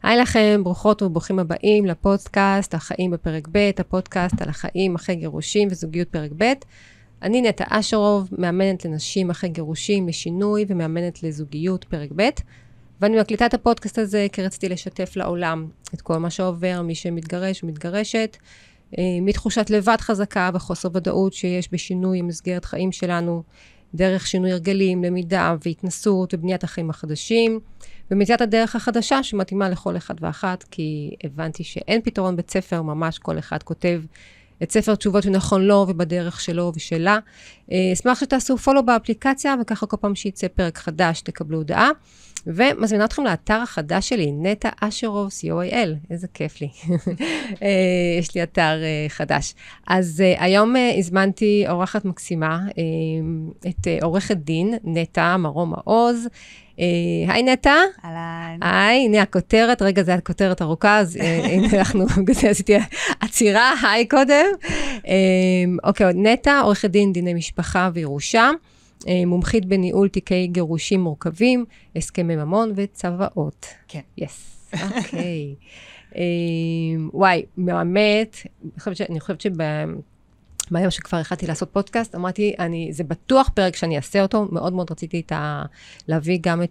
היי לכם, ברוכות וברוכים הבאים לפודקאסט החיים בפרק ב', הפודקאסט על החיים אחרי גירושים וזוגיות פרק ב'. אני נטע אשרוב, מאמנת לנשים אחרי גירושים לשינוי ומאמנת לזוגיות פרק ב'. ואני מקליטה את הפודקאסט הזה כי רציתי לשתף לעולם את כל מה שעובר, מי שמתגרש ומתגרשת, מתחושת לבד חזקה וחוסר ודאות שיש בשינוי מסגרת חיים שלנו, דרך שינוי הרגלים, למידה והתנסות ובניית החיים החדשים, ומציאת הדרך החדשה שמתאימה לכל אחד ואחת, כי הבנתי שאין פתרון בית ספר, ממש כל אחד כותב את ספר תשובות שנכון לו ובדרך שלו ושלה. אשמח שתעשו פולו באפליקציה, וככה כל פעם שיצא פרק חדש תקבלו הודעה. ומזמינה אתכם לאתר החדש שלי, נטע אשרוב, co.il, איזה כיף לי. יש לי אתר חדש. אז היום הזמנתי אורחת מקסימה, את עורכת דין, נטע מרום מעוז. היי נטע. אהלן. היי, הנה הכותרת, רגע זה הכותרת ארוכה, אז אנחנו עשיתי עצירה, היי קודם. אוקיי, נטע, עורכת דין, דיני משפחה וירושה. מומחית בניהול תיקי גירושים מורכבים, הסכמי ממון וצוואות. כן. יס, אוקיי. וואי, באמת, אני חושבת ביום שכבר החלטתי לעשות פודקאסט, אמרתי, זה בטוח פרק שאני אעשה אותו, מאוד מאוד רציתי להביא גם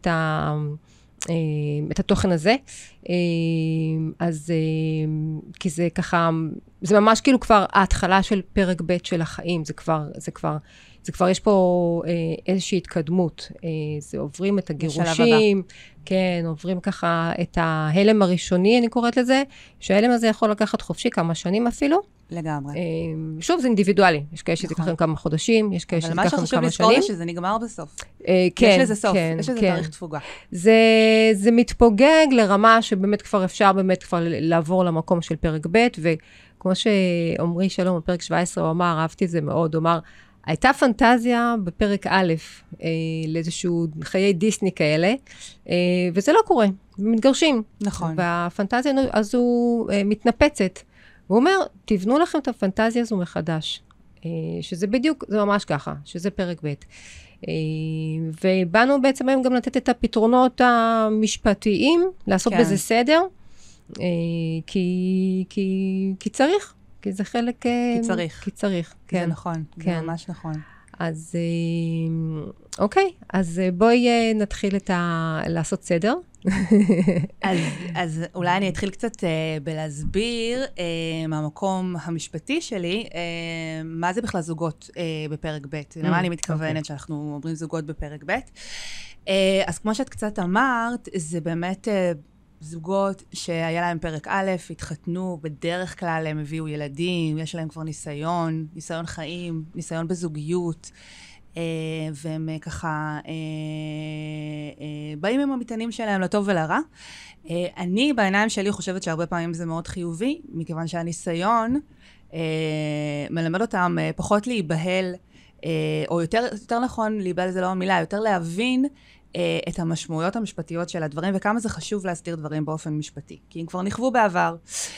את התוכן הזה, אז כי זה ככה, זה ממש כאילו כבר ההתחלה של פרק ב' של החיים, זה כבר יש פה איזושהי התקדמות, זה עוברים את הגירושים, כן, עוברים ככה את ההלם הראשוני, אני קוראת לזה, שההלם הזה יכול לקחת חופשי כמה שנים אפילו. לגמרי. שוב, זה אינדיבידואלי, יש כאלה שזה ככה כמה חודשים, יש כאלה שזה ככה כמה שנים. אבל מה שחשוב לזכור זה שזה נגמר בסוף. כן, יש לזה סוף, יש לזה תאריך תפוגה. זה מתפוגג לרמה שבאמת כבר אפשר באמת כבר לעבור למקום של פרק ב', וכמו שאומרי שלום בפרק 17, הוא אמר, אהבתי את זה מאוד, הוא אמר, הייתה פנטזיה בפרק א', לאיזשהו חיי דיסני כאלה, וזה לא קורה, מתגרשים. נכון. והפנטזיה הזו מתנפצת. הוא אומר, תבנו לכם את הפנטזיה הזו מחדש, שזה בדיוק, זה ממש ככה, שזה פרק ב'. ובאנו בעצם היום גם לתת את הפתרונות המשפטיים, לעשות בזה סדר, כי צריך. כי זה חלק... כי צריך, כן. זה נכון, זה ממש נכון. אז, אוקיי, אז בואי נתחיל לעשות סדר. אז אולי אני אתחיל קצת בלהסביר מהמקום המשפטי שלי, מה זה בכלל זוגות בפרק ב', למה אני מתכוונת שאנחנו אומרים זוגות בפרק ב'. אז כמו שאת קצת אמרת, זה באמת... זוגות שהיה להם פרק א', התחתנו, בדרך כלל הם הביאו ילדים, יש להם כבר ניסיון חיים, ניסיון בזוגיות, והם ככה באים עם המטענים שלהם לטוב ולרע. אני בעיניים שלי חושבת שהרבה פעמים זה מאוד חיובי, מכיוון שהניסיון מלמד אותם פחות להיבהל, או יותר נכון, להיבהל זה לא המילה, יותר להבין, את המשמעויות המשפטיות של הדברים, וכמה זה חשוב להסתיר דברים באופן משפטי, כי הם כבר נכוו בעבר.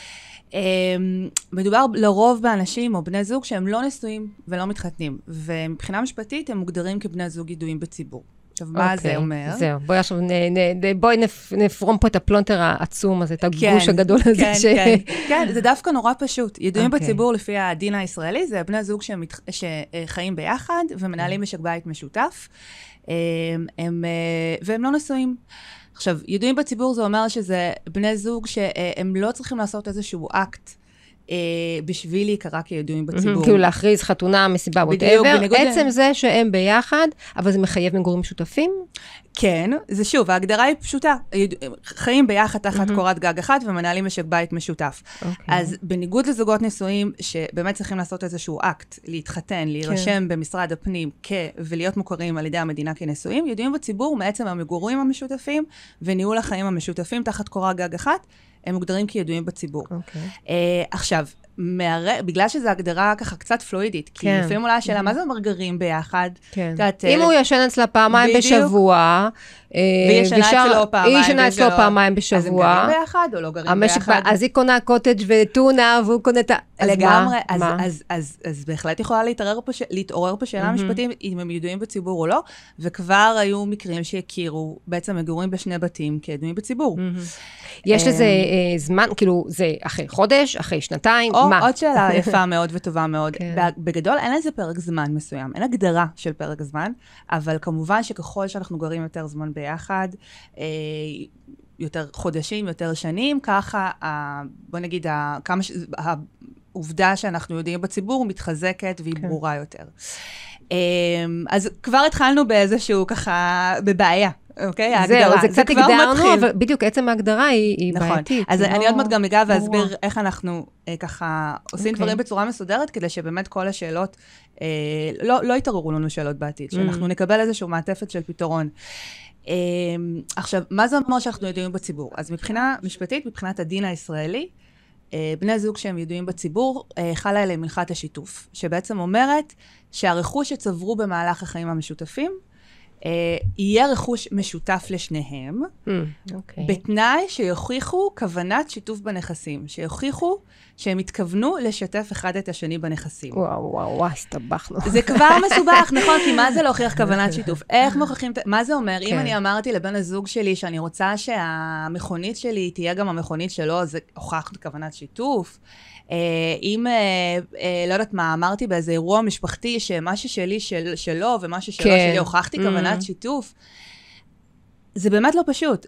מדובר לרוב באנשים או בני זוג שהם לא נשואים ולא מתחתנים, ומבחינה משפטית הם מוגדרים כבני זוג ידועים בציבור. עכשיו, מה זה אומר? זהו, בואי נפרום פה את הפלונטר העצום הזה, את הגוש הגדול הזה. כן, זה דווקא נורא פשוט. ידועים בציבור לפי הדין הישראלי, זה בני זוג שחיים ביחד ומנהלים משק בית משותף. והם לא נשואים. עכשיו, ידועים בציבור זה אומר שזה בני זוג שהם לא צריכים לעשות איזשהו אקט בשביל להיקרא כידועים בציבור. כאילו להכריז חתונה, מסיבה, whatever. עצם זה שהם ביחד, אבל זה מחייב מגורים משותפים? כן, זה שוב, ההגדרה היא פשוטה. חיים ביחד תחת קורת גג אחד ומנהלים משק בית משותף. אז בניגוד לזוגות נשואים שבאמת צריכים לעשות איזשהו אקט, להתחתן, להירשם במשרד הפנים ולהיות מוכרים על ידי המדינה כנשואים, ידועים בציבור מעצם המגורים המשותפים וניהול החיים המשותפים תחת קורת גג אחת, הם מוגדרים כידועים בציבור. עכשיו, בגלל שזו הגדרה ככה קצת פלואידית, כי לפעמים אולי השאלה, מה זה אומר גרים ביחד? אם הוא ישן אצלה פעמיים בשבוע, והיא ישנה אצלו פעמיים בשבוע, אז הם גרים ביחד או לא גרים ביחד? אז היא קונה קוטג' וטונה, והוא קונה את... לגמרי, אז בהחלט יכולה להתעורר פה שאלה משפטית, אם הם ידועים בציבור או לא, וכבר היו מקרים שהכירו, בעצם מגורים בשני בתים כידועים בציבור. יש לזה זמן, כאילו, זה אחרי חודש, אחרי שנתיים, מה? עוד שאלה יפה מאוד וטובה מאוד. בגדול אין לזה פרק זמן מסוים, אין הגדרה של פרק זמן, אבל כמובן שככל שאנחנו גרים יותר זמן ביחד, יותר חודשים, יותר שנים, ככה, בוא נגיד, העובדה שאנחנו יודעים בציבור מתחזקת והיא ברורה יותר. אז כבר התחלנו באיזשהו ככה, בבעיה. אוקיי, ההגדרה, זה קצת הגדרנו, אבל בדיוק עצם ההגדרה היא בעייתית. אז אני עוד מעט גם אגע ואסביר איך אנחנו ככה עושים דברים בצורה מסודרת, כדי שבאמת כל השאלות, לא יתעוררו לנו שאלות בעתיד, שאנחנו נקבל איזשהו מעטפת של פתרון. עכשיו, מה זה אומר שאנחנו ידועים בציבור? אז מבחינה משפטית, מבחינת הדין הישראלי, בני זוג שהם ידועים בציבור, חלה עליהם מלכת השיתוף, שבעצם אומרת שהרכוש שצברו במהלך החיים המשותפים, יהיה רכוש משותף לשניהם, בתנאי שיוכיחו כוונת שיתוף בנכסים, שיוכיחו שהם התכוונו לשתף אחד את השני בנכסים. וואו, הסתבכנו. זה כבר מסובך, נכון? כי מה זה להוכיח כוונת שיתוף? איך מוכיחים, מה זה אומר? אם אני אמרתי לבן הזוג שלי שאני רוצה שהמכונית שלי תהיה גם המכונית שלו, זה הוכחת כוונת שיתוף. אם, לא יודעת מה, אמרתי באיזה אירוע משפחתי, שמה ששלי שלו, ומה ששלו שלי, הוכחתי כוונת שיתוף, זה באמת לא פשוט.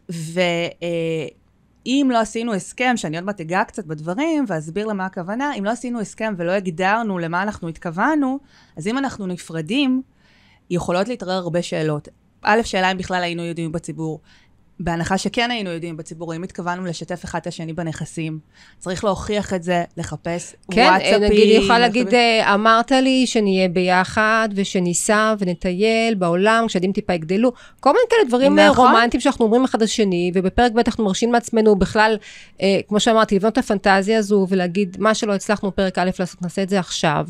ואם לא עשינו הסכם, שאני עוד מעט אגע קצת בדברים, ואסביר למה הכוונה, אם לא עשינו הסכם ולא הגדרנו למה אנחנו התכוונו, אז אם אנחנו נפרדים, יכולות להתעורר הרבה שאלות. א', שאלה אם בכלל היינו יודעים בציבור, בהנחה שכן היינו יודעים בציבור, אם התכוונו לשתף אחד השני בנכסים, צריך להוכיח את זה, לחפש וואטסאפים. כן, נגיד, יוכל להגיד, אמרת לי שנהיה ביחד, ושניסע ונטייל בעולם, כשעדים טיפה יגדלו, כל מיני כאלה דברים רומנטיים שאנחנו אומרים אחד השני, ובפרק ב' אנחנו מרשים מעצמנו בכלל, כמו שאמרתי, לבנות את הפנטזיה הזו, ולהגיד, מה שלא הצלחנו פרק א' לעשות, נעשה את זה עכשיו.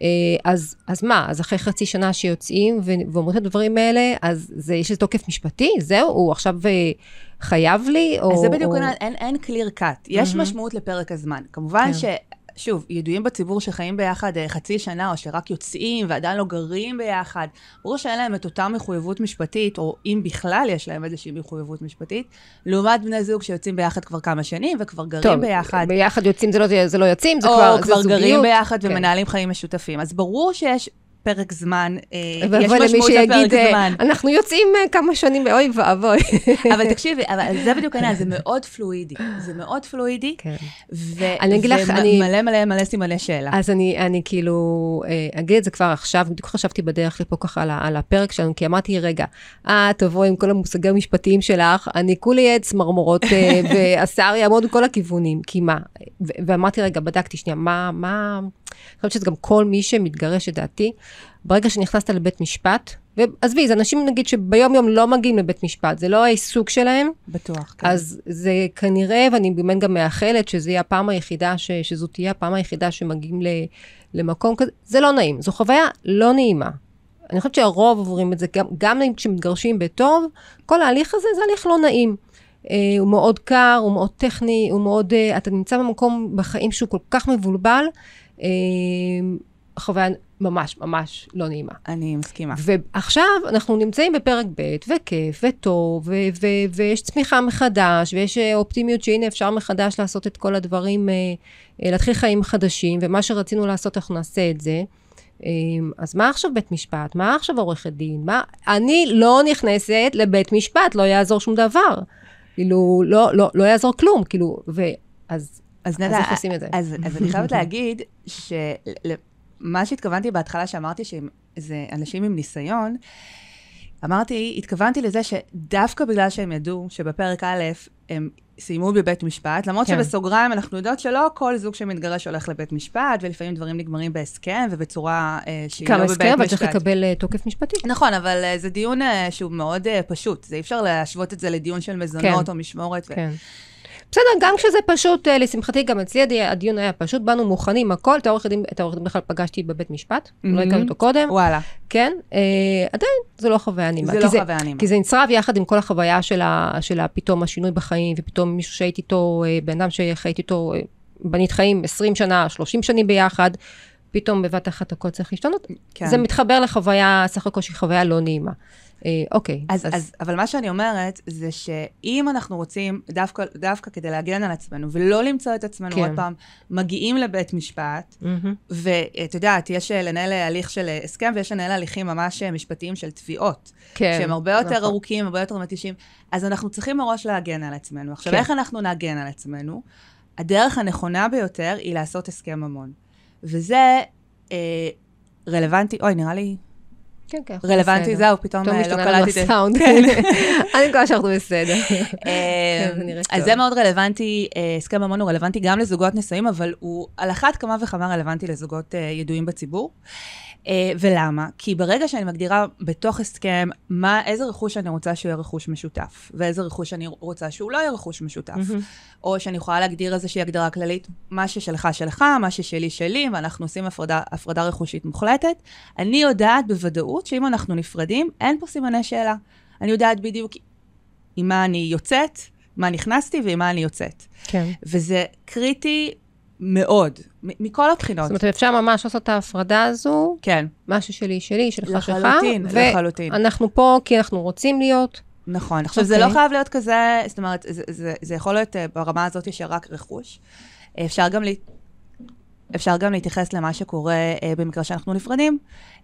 אז מה? אז אחרי חצי שנה שיוצאים, ואומרים את הדברים האלה, אז יש לזה תוקף משפטי? זהו, הוא עכשיו חייב לי? אז זה בדיוק, אין clear cut. יש משמעות לפרק הזמן. כמובן שוב, ידועים בציבור שחיים ביחד חצי שנה, או שרק יוצאים ועדיין לא גרים ביחד, ברור שאין להם את אותה מחויבות משפטית, או אם בכלל יש להם איזושהי מחויבות משפטית, לעומת בני זוג שיוצאים ביחד כבר כמה שנים, וכבר גרים ביחד. טוב, ביחד יוצאים זה לא יוצאים, זה כבר גרים ביחד ומנהלים חיים משותפים. אז ברור שיש פרק זמן, יש משמעות לפרק זמן. אנחנו יוצאים כמה שנים, אוי ואבוי. אבל תקשיבי, זה בדיוק העניין, זה מאוד פלואידי. זה מאוד פלואידי, ומלא מלא סימני שאלה. אז אני כאילו, אגיד את זה כבר עכשיו, בדיוק חשבתי בדרך לפה ככה על הפרק שלנו, כי אמרתי, רגע, תבואי עם כל המושגים המשפטיים שלך, אני כולי עץ מרמורות, והשר יעמוד כל הכיוונים, כי מה? ואמרתי, רגע, בדקתי שנייה, מה... אני חושבת שזה גם כל מי שמתגרש את דעתי, ברגע שנכנסת לבית משפט, ועזבי, זה אנשים נגיד שביום יום לא מגיעים לבית משפט, זה לא העיסוק שלהם. בטוח, כן. אז זה כנראה, ואני באמת גם מאחלת, שזה יהיה הפעם היחידה, שזו תהיה הפעם היחידה שמגיעים למקום כזה, זה לא נעים, זו חוויה לא נעימה. אני חושבת שהרוב עוברים את זה, גם כשמתגרשים בטוב, כל ההליך הזה זה הליך לא נעים. הוא מאוד קר, הוא מאוד טכני, הוא מאוד, אתה נמצא במקום בחיים שהוא כל כך מבולבל, חוויה ממש, ממש לא נעימה. אני מסכימה. ועכשיו אנחנו נמצאים בפרק ב' וכיף וטוב, ויש צמיחה מחדש, ויש אופטימיות שהנה אפשר מחדש לעשות את כל הדברים, להתחיל חיים חדשים, ומה שרצינו לעשות אנחנו נעשה את זה. אז מה עכשיו בית משפט? מה עכשיו עורכת דין? אני לא נכנסת לבית משפט, לא יעזור שום דבר. כאילו, לא יעזור כלום, כאילו, אז איך עושים את זה? אז אני חייבת להגיד שמה שהתכוונתי בהתחלה שאמרתי שזה אנשים עם ניסיון, התכוונתי לזה שדווקא בגלל שהם ידעו שבפרק א' הם סיימו בבית משפט, למרות שבסוגריים אנחנו יודעות שלא כל זוג שמתגרש הולך לבית משפט, ולפעמים דברים נגמרים בהסכם, ובצורה שהיא לא בבית משפט. כמה הסכם, אבל צריך לקבל תוקף משפטי. נכון, אבל זה דיון שהוא מאוד פשוט. זה אי אפשר להשוות את זה לדיון של מזונות או משמורת. כן. בסדר, גם כשזה פשוט, לשמחתי, גם אצלי הדיון היה פשוט, באנו מוכנים, הכל, את העורך דין בכלל פגשתי בבית משפט, לא הכרתי אותו קודם. וואלה. כן, עדיין, זה לא חוויה נעימה. זה לא חוויה נעימה. כי זה נצרב יחד עם כל החוויה של פתאום השינוי בחיים, ופתאום מישהו שהייתי איתו, בן אדם שהייתי איתו, בנית חיים 20 שנה, 30 שנים ביחד, פתאום בבת אחת הכל צריך להשתנות. כן. זה מתחבר לחוויה, סך הכל שהיא חוויה לא נעימה. אוקיי. אבל מה שאני אומרת, זה שאם אנחנו רוצים, דווקא כדי להגן על עצמנו, ולא למצוא את עצמנו עוד פעם, מגיעים לבית משפט, ואת יודעת, יש לנהל הליך של הסכם, ויש לנהל הליכים ממש משפטיים של תביעות, שהם הרבה יותר ארוכים, הרבה יותר מתישים, אז אנחנו צריכים מראש להגן על עצמנו. עכשיו, איך אנחנו נגן על עצמנו? הדרך הנכונה ביותר היא לעשות הסכם ממון. וזה רלוונטי, נראה לי... כן, רלוונטי, זהו, פתאום לא קלטתי את זה. אני מקווה שאנחנו בסדר. אז זה מאוד רלוונטי, הסכם ממון הוא רלוונטי גם לזוגות נשואים, אבל הוא על אחת כמה וכמה רלוונטי לזוגות ידועים בציבור. ולמה? כי ברגע שאני מגדירה בתוך הסכם, איזה רכוש אני רוצה שהוא יהיה רכוש משותף, ואיזה רכוש אני רוצה שהוא לא יהיה רכוש משותף, או שאני יכולה להגדיר איזושהי הגדרה כללית, מה ששלך שלך, מה ששלי שלי, ואנחנו עושים הפרדה רכושית מוחלטת, אני יודעת בוודאות שאם אנחנו נפרדים, אין פה סימני שאלה. אני יודעת בדיוק עם מה אני יוצאת, מה נכנסתי ועם מה אני יוצאת. כן. וזה קריטי מאוד, מכל הבחינות. זאת אומרת, אפשר ממש לעשות את ההפרדה הזו, כן. משהו שלי, שלך, לחלוטין, לחלוטין. ואנחנו פה כי אנחנו רוצים להיות. נכון. עכשיו, זה לא חייב להיות כזה, זאת אומרת, זה יכול להיות ברמה הזאת שרק רכוש. אפשר גם להתייחס למה שקורה במקרה שאנחנו נפרדים.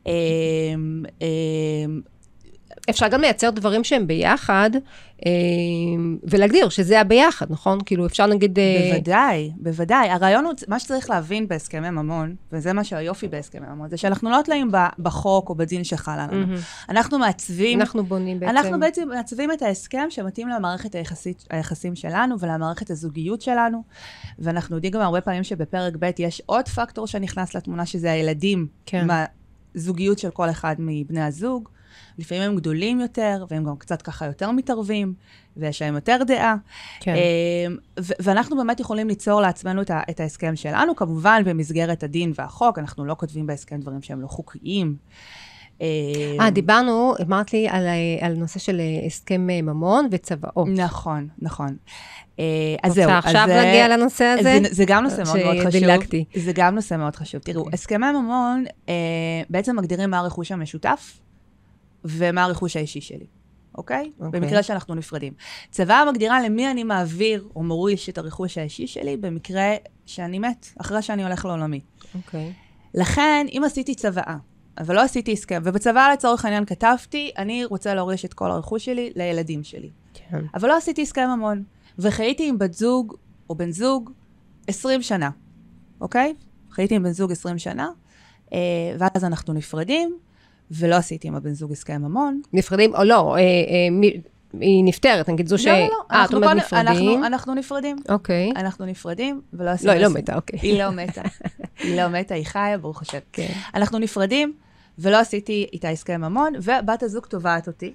אפשר גם לייצר דברים שהם ביחד, ולהגדיר שזה הביחד, נכון? כאילו, אפשר נגיד... בוודאי. הרעיון הוא, מה שצריך להבין בהסכמי ממון, וזה מה שהיופי בהסכמי ממון, זה שאנחנו לא תלויים בחוק או בדין שחל עלינו. אנחנו מעצבים... אנחנו בונים בעצם... אנחנו בעצם מעצבים את ההסכם שמתאים למערכת היחסים שלנו, ולמערכת הזוגיות שלנו, ואנחנו יודעים גם הרבה פעמים שבפרק ב' יש עוד פקטור שנכנס לתמונה, שזה הילדים, מהזוגיות של כל אחד מבני הזוג. לפעמים הם גדולים יותר, והם גם קצת ככה יותר מתערבים, ויש להם יותר דעה. כן. ואנחנו באמת יכולים ליצור לעצמנו את ההסכם שלנו, כמובן במסגרת הדין והחוק, אנחנו לא כותבים בהסכם דברים שהם לא חוקיים. דיברנו, אמרת לי על נושא של הסכם ממון וצוואות. נכון. אז זהו. עכשיו נגיע לנושא הזה? זה גם נושא מאוד מאוד חשוב. שדילגתי. זה גם נושא מאוד חשוב. תראו, הסכמי ממון בעצם מגדירים מה הרכוש המשותף, ומה הרכוש האישי שלי, אוקיי? במקרה שאנחנו נפרדים. צוואה מגדירה למי אני מעביר או מוריש את הרכוש האישי שלי, במקרה שאני מת, אחרי שאני הולך לעולמי. אוקיי. לכן, אם עשיתי צוואה, אבל לא עשיתי הסכם, ובצוואה לצורך העניין כתבתי, אני רוצה להוריש את כל הרכוש שלי לילדים שלי. כן. אבל לא עשיתי הסכם ממון, וחייתי עם בת זוג או בן זוג 20 שנה, אוקיי? חייתי עם בן זוג 20 שנה, ואז אנחנו נפרדים, ולא עשיתי עם הבן זוג הסכם ממון. נפרדים או לא, היא נפטרת, נגיד זו ש... לא, את אומרת נפרדים. אנחנו נפרדים. אוקיי. אנחנו נפרדים, ולא עשינו... לא, היא לא מתה, אוקיי. היא לא מתה, היא חיה, ברוך השם. אנחנו נפרדים, ולא עשיתי איתה הסכם ממון, ובת הזוג תובעת אותי,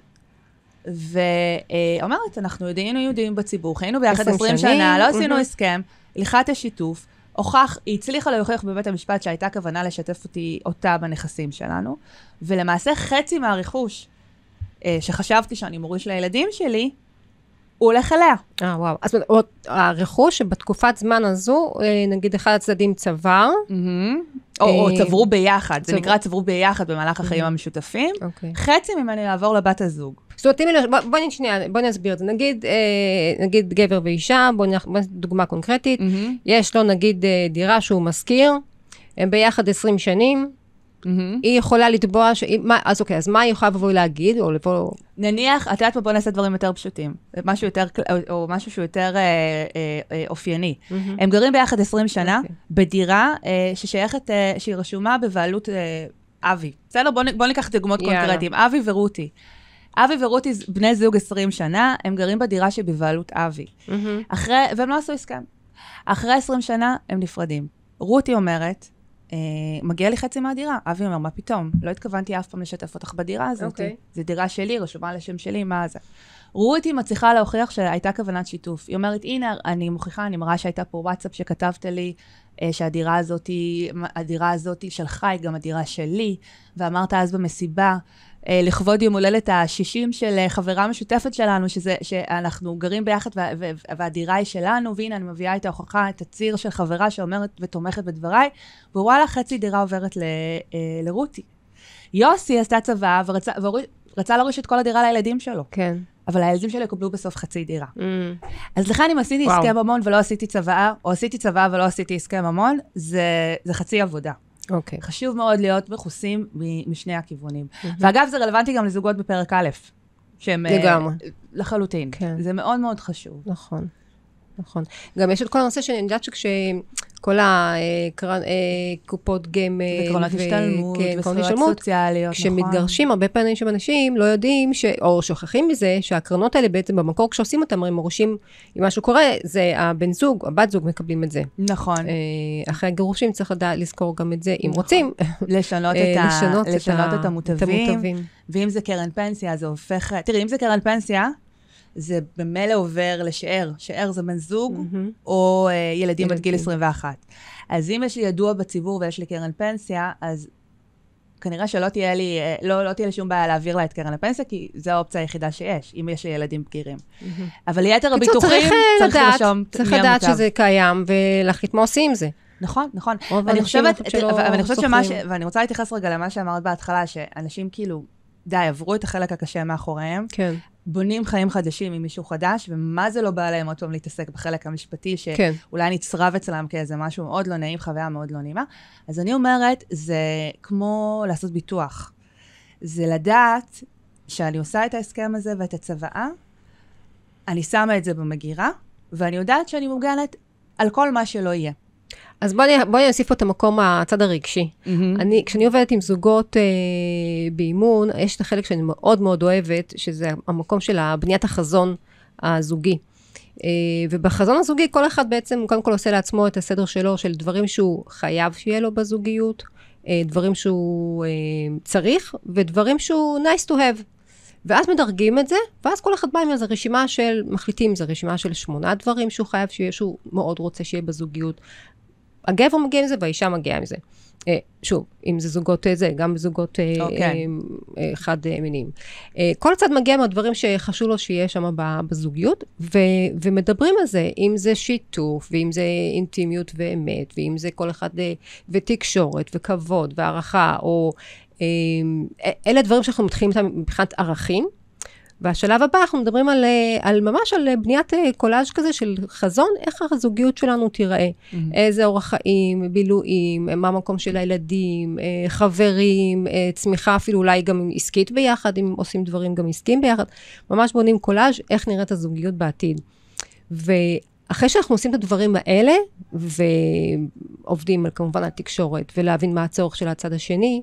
ואומרת, אנחנו יודעים בציבור, חיינו ביחד 20 שנה, לא עשינו הסכם, הלכת השיתוף, היא הצליחה להוכיח בבית המשפט שהייתה כוונה לשתף אותה בנכסים שלנו, ולמעשה חצי מהרכוש שחשבתי שאני מוריש לילדים שלי, הוא הולך אליה. וואו. אז הרכוש שבתקופת זמן הזו, נגיד אחד הצדדים צבר. או צברו ביחד, זה נקרא צברו ביחד במהלך החיים המשותפים. חצי ממני לעבור לבת הזוג. זאת אומרת, בוא נסביר את זה. נגיד גבר ואישה, בוא דוגמה קונקרטית, יש לו נגיד דירה שהוא מזכיר, הם ביחד 20 שנים, היא יכולה לתבוע, אז אוקיי, אז מה היא יכולה לבוא להגיד, או לבוא... נניח, את יודעת, בוא נעשה דברים יותר פשוטים, או משהו שהוא יותר אופייני. הם גרים ביחד 20 שנה, בדירה ששייכת, שהיא רשומה בבעלות אבי. בסדר, בוא ניקח דוגמאות קונקרטיים. אבי ורותי. אבי ורותי בני זוג 20 שנה, הם גרים בדירה שבבעלות אבי. והם לא עשו הסכם. אחרי 20 שנה, הם נפרדים. רותי אומרת, מגיע לי חצי מהדירה. אבי אומר, מה פתאום? לא התכוונתי אף פעם לשתף אותך בדירה הזאת. זה דירה שלי, רשומה על השם שלי, מה זה? רותי מצליחה להוכיח שהייתה כוונת שיתוף. היא אומרת, הנה, אני מוכיחה, אני מראה שהייתה פה וואטסאפ שכתבת לי, שהדירה הזאת שלך היא גם הדירה שלי, ואמרת אז במסיבה, לכבוד יום הולדת ה-60 של חברה משותפת שלנו, שאנחנו גרים ביחד והדירה היא שלנו, והנה אני מביאה את ההוכחה, את הציר של חברה שאומרת ותומכת בדבריי, ווואלה, חצי דירה עוברת לרותי. יוסי עשתה צבא ורצה להוריש את כל הדירה לילדים שלו. כן. אבל הילדים שלו יקבלו בסוף חצי דירה. אז לכן אם עשיתי הסכם ממון ולא עשיתי צבא, או עשיתי צבא ולא עשיתי הסכם ממון, זה חצי עבודה. אוקיי. חשוב מאוד להיות מכוסים משני הכיוונים. ואגב, זה רלוונטי גם לזוגות בפרק א', שהם לחלוטין. זה מאוד מאוד חשוב. נכון, נכון. גם יש את כל הנושא שאני יודעת שכל הקופות גמל, וקרנות השתלמות, וזכויות סוציאליות, כשמתגרשים, הרבה פעמים שאנשים לא יודעים, או שוכחים מזה, שהקרנות האלה בעצם במקור, כשעושים אותם, הם מורישים, אם משהו קורה, זה הבן זוג, הבת זוג מקבלים את זה. נכון. אחרי הגירושים צריך לזכור גם את זה, אם רוצים. לשנות את המוטבים, ואם זה קרן פנסיה, זה הופך, תראי, אם זה קרן פנסיה, זה במילא עובר לשאר. שאר זה בן זוג, או ילדים עד גיל 21. אז אם יש לי ידוע בציבור ויש לי קרן פנסיה, אז כנראה שלא תהיה לי, לא תהיה לי שום בעיה להעביר לה את קרן הפנסיה, כי זו האופציה היחידה שיש, אם יש לי ילדים בגירים. אבל יתר הביטוחים צריך לרשום צריך לדעת שזה קיים, ולהחליט מה עושים עם זה. נכון, נכון. ואני רוצה להתייחס רגע למה שאמרת בהתחלה, שאנשים כאילו, די, עברו את החלק הקשה מאחוריהם. כן. בונים חיים חדשים עם מישהו חדש, ומה זה לא בא להם עוד פעם להתעסק בחלק המשפטי, שאולי נצרב אצלם כאיזה משהו מאוד לא נעים, חוויה מאוד לא נעימה. אז אני אומרת, זה כמו לעשות ביטוח. זה לדעת שאני עושה את ההסכם הזה ואת הצוואה, אני שמה את זה במגירה, ואני יודעת שאני מוגנת על כל מה שלא יהיה. אז בואי נוסיף פה את המקום, הצד הרגשי. כשאני עובדת עם זוגות באימון, יש את החלק שאני מאוד מאוד אוהבת, שזה המקום של בניית החזון הזוגי. ובחזון הזוגי, כל אחד בעצם, קודם כל עושה לעצמו את הסדר שלו, של דברים שהוא חייב שיהיה לו בזוגיות, דברים שהוא צריך, ודברים שהוא nice to have. ואז מדרגים את זה, ואז כל אחד בא עם איזו רשימה של מחליטים, זו רשימה של 8 דברים שהוא חייב שיהיה, שהוא מאוד רוצה שיהיה בזוגיות. הגבר מגיע עם זה, והאישה מגיעה עם זה. שוב, אם זה זוגות זה, גם בזוגות חד מיניים. כל צד מגיע מהדברים שחשוב לו שיהיה שם בזוגיות, ומדברים על זה, אם זה שיתוף, ואם זה אינטימיות ואמת, ואם זה כל אחד, ותקשורת, וכבוד, והערכה, או אלה דברים שאנחנו מתחילים איתם מבחינת ערכים, והשלב הבא אנחנו מדברים ממש על בניית קולאז' כזה של חזון, איך הזוגיות שלנו תיראה, איזה אורח חיים, בילויים, מה המקום של הילדים, חברים, צמיחה אפילו אולי גם עסקית ביחד, אם עושים דברים גם עסקיים ביחד, ממש בונים קולאז' איך נראית הזוגיות בעתיד. ואחרי שאנחנו עושים את הדברים האלה, ועובדים כמובן על תקשורת, ולהבין מה הצורך של הצד השני,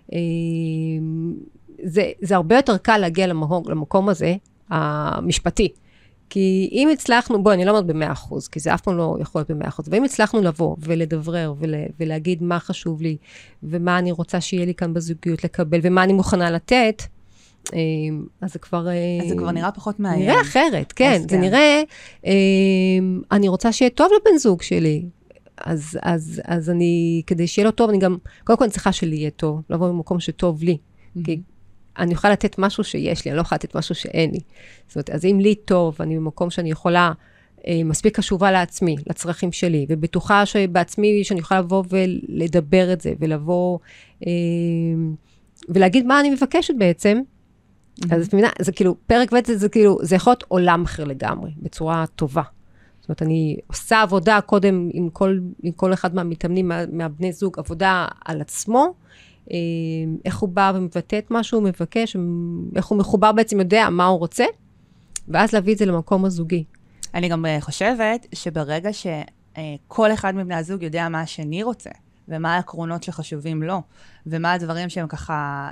זה הרבה יותר קל להגיע למקום הזה, המשפטי. כי אם הצלחנו, אני לא אומרת ב100%, כי זה אף פעם לא יכול להיות ב100%, ואם הצלחנו לבוא ולדברר ולהגיד מה חשוב לי, ומה אני רוצה שיהיה לי כאן בזוגיות לקבל, ומה אני מוכנה לתת, אז זה כבר נראה פחות מאיים. נראה אחרת, כן. זה נראה, אני רוצה שיהיה טוב לבן זוג שלי. אז אני, כדי שיהיה לו טוב, אני גם, קודם כל אני צריכה שלי יהיה טוב, לבוא במקום שטוב לי. כי אני יכולה לתת משהו שיש לי, אני לא יכולה לתת משהו שאין לי. זאת אומרת, אז אם לי טוב, אני במקום שאני יכולה, מספיק קשובה לעצמי, לצרכים שלי, ובטוחה שבעצמי, שאני יכולה לבוא ולדבר את זה, ולבוא, ולהגיד מה אני מבקשת בעצם, אז זה כאילו, פרק ב' זה כאילו, זה יכול להיות עולם אחר לגמרי, בצורה טובה. זאת אומרת, אני עושה עבודה קודם עם כל אחד מהמתאמנים, מהבני זוג, עבודה על עצמו, איך הוא בא ומבטא את מה שהוא מבקש, איך הוא מחובר בעצם יודע מה הוא רוצה, ואז להביא את זה למקום הזוגי. אני גם חושבת שברגע שכל אחד מבני הזוג יודע מה השני רוצה, ומה העקרונות שחשובים לו, ומה הדברים שהם ככה,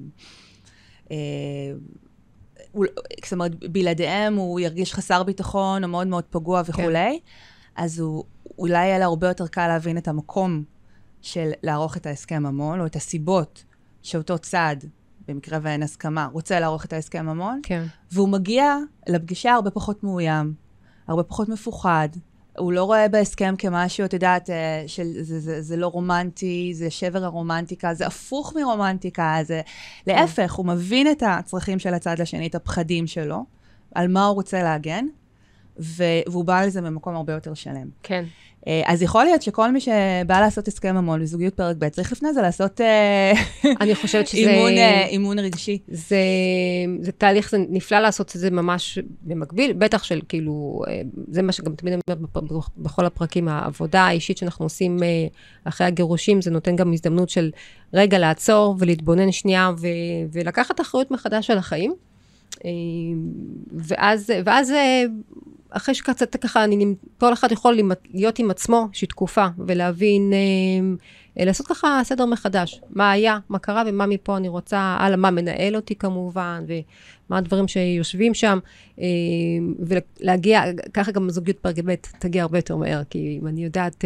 זאת אומרת, בלעדיהם הוא ירגיש חסר ביטחון, או מאוד מאוד פגוע וכו', אז הוא אולי יהיה לה הרבה יותר קל להבין את המקום של לערוך את ההסכם ממון, או את הסיבות שאותו צד, במקרה ואין הסכמה, רוצה לערוך את ההסכם ממון, כן. והוא מגיע לפגישה הרבה פחות מאוים, הרבה פחות מפוחד, הוא לא רואה בהסכם כמשהו, את יודעת, זה לא רומנטי, זה שבר הרומנטיקה, זה הפוך מרומנטיקה, זה להפך, הוא מבין את הצרכים של הצד לשני, את הפחדים שלו, על מה הוא רוצה להגן, והוא בא לזה ממקום הרבה יותר שלם. כן. אז יכול להיות שכל מי שבא לעשות הסכם ממון בזוגיות פרק ב', צריך לפני זה לעשות אני חושבת שזה אימון רגשי. זה תהליך, זה נפלא לעשות את זה ממש במקביל, בטח של כאילו, זה מה שגם תמיד אומר בכל הפרקים, העבודה האישית שאנחנו עושים אחרי הגירושים, זה נותן גם הזדמנות של רגע לעצור ולהתבונן שנייה ולקחת אחריות מחדש על החיים. ואז אחרי שקצת ככה, כל אחד יכול להיות עם עצמו שתקופה, ולהבין, לעשות ככה סדר מחדש, מה היה, מה קרה, ומה מפה אני רוצה, על מה מנהל אותי כמובן, ומה הדברים שיושבים שם, ולהגיע, ככה גם זוגיות פרק ב' תגיע הרבה יותר מהר, כי אם אני יודעת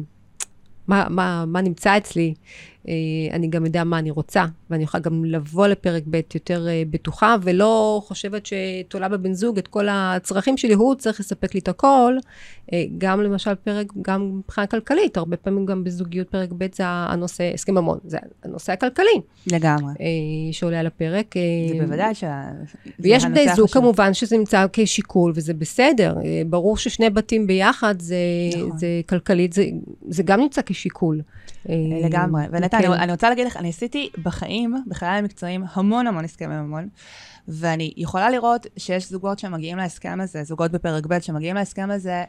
מה נמצא אצלי, אני גם יודע מה אני רוצה, ואני יכולה גם לבוא לפרק ב' יותר בטוחה, ולא חושבת שתולה בבן זוג את כל הצרכים שלי, הוא צריך לספק לי את הכל, גם למשל פרק, גם מבחינה כלכלית, הרבה פעמים גם בזוגיות פרק ב' זה הנושא, הסכם ממון, זה הנושא הכלכלי. לגמרי. שעולה על הפרק. זה בוודאי ויש בני זוג כמובן שזה נמצא כשיקול, וזה בסדר, ברור ששני בתים ביחד, זה כלכלית, זה גם נמצא כשיקול. לגמרי. ונתה, אני רוצה להגיד לך, אני עשיתי בחיים, בחיי המקצועיים, המון הסכמי ממון, ואני יכולה לראות שיש זוגות שמגיעים להסכם הזה, זוגות בפרק ב' שמגיעים להסכם הזה,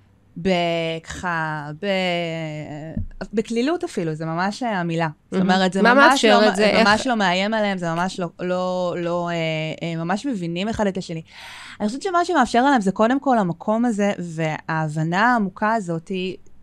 בככה, בכלילות אפילו, זה ממש המילה. זאת אומרת, זה ממש לא מאיים עליהם, זה ממש לא ממש מבינים אחד את השני. אני חושבת שמה שמאפשר עליהם זה קודם כל המקום הזה, וההבנה העמוקה הזאת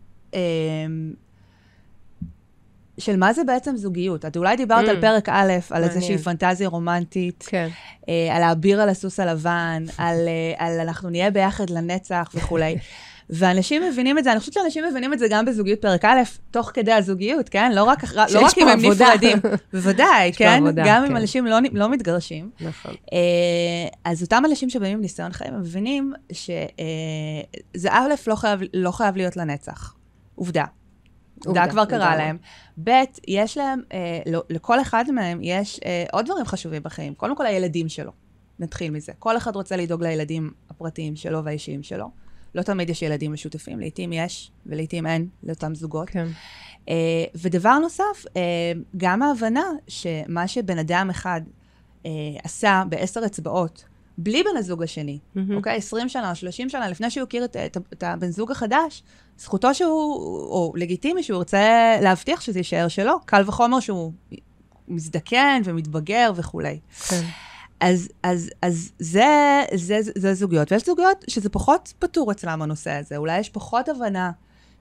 של מה זה בעצם זוגיות. את אולי דיברת על פרק א', על איזושהי פנטזיה רומנטית, על להעביר על הסוס הלבן, על אנחנו נהיה ביחד לנצח וכולי. ואנשים מבינים את זה, אני חושבת שאנשים מבינים את זה גם בזוגיות פרק א', תוך כדי הזוגיות, כן? לא רק אם הם נפרדים. בוודאי, כן? גם אם אנשים לא מתגרשים. נכון. אז אותם אנשים שבאים עם ניסיון חיים, הם מבינים שזה א' לא חייב להיות לנצח. עובדה כבר קרה להם. ב', יש להם, לכל אחד מהם יש עוד דברים חשובים בחיים. קודם כל, הילדים שלו. נתחיל מזה. כל אחד רוצה לדאוג לילדים הפרטיים שלו והאישיים שלו. לא תמיד יש ילדים משותפים, לעתים יש, ולעתים אין, לאותם זוגות. כן. ודבר נוסף, גם ההבנה שמה שבן אדם אחד עשה ב10 אצבעות, בלי בן הזוג השני, אוקיי? 20 שנה, 30 שנה, לפני שהוא הכיר את הבן זוג החדש, זכותו שהוא, או לגיטימי, שהוא רוצה להבטיח שזה יישאר שלו, קל וחומר שהוא מזדקן ומתבגר וכולי. כן. אז זה זוגיות. ויש זוגיות שזה פחות פתור אצלם הנושא הזה. אולי יש פחות הבנה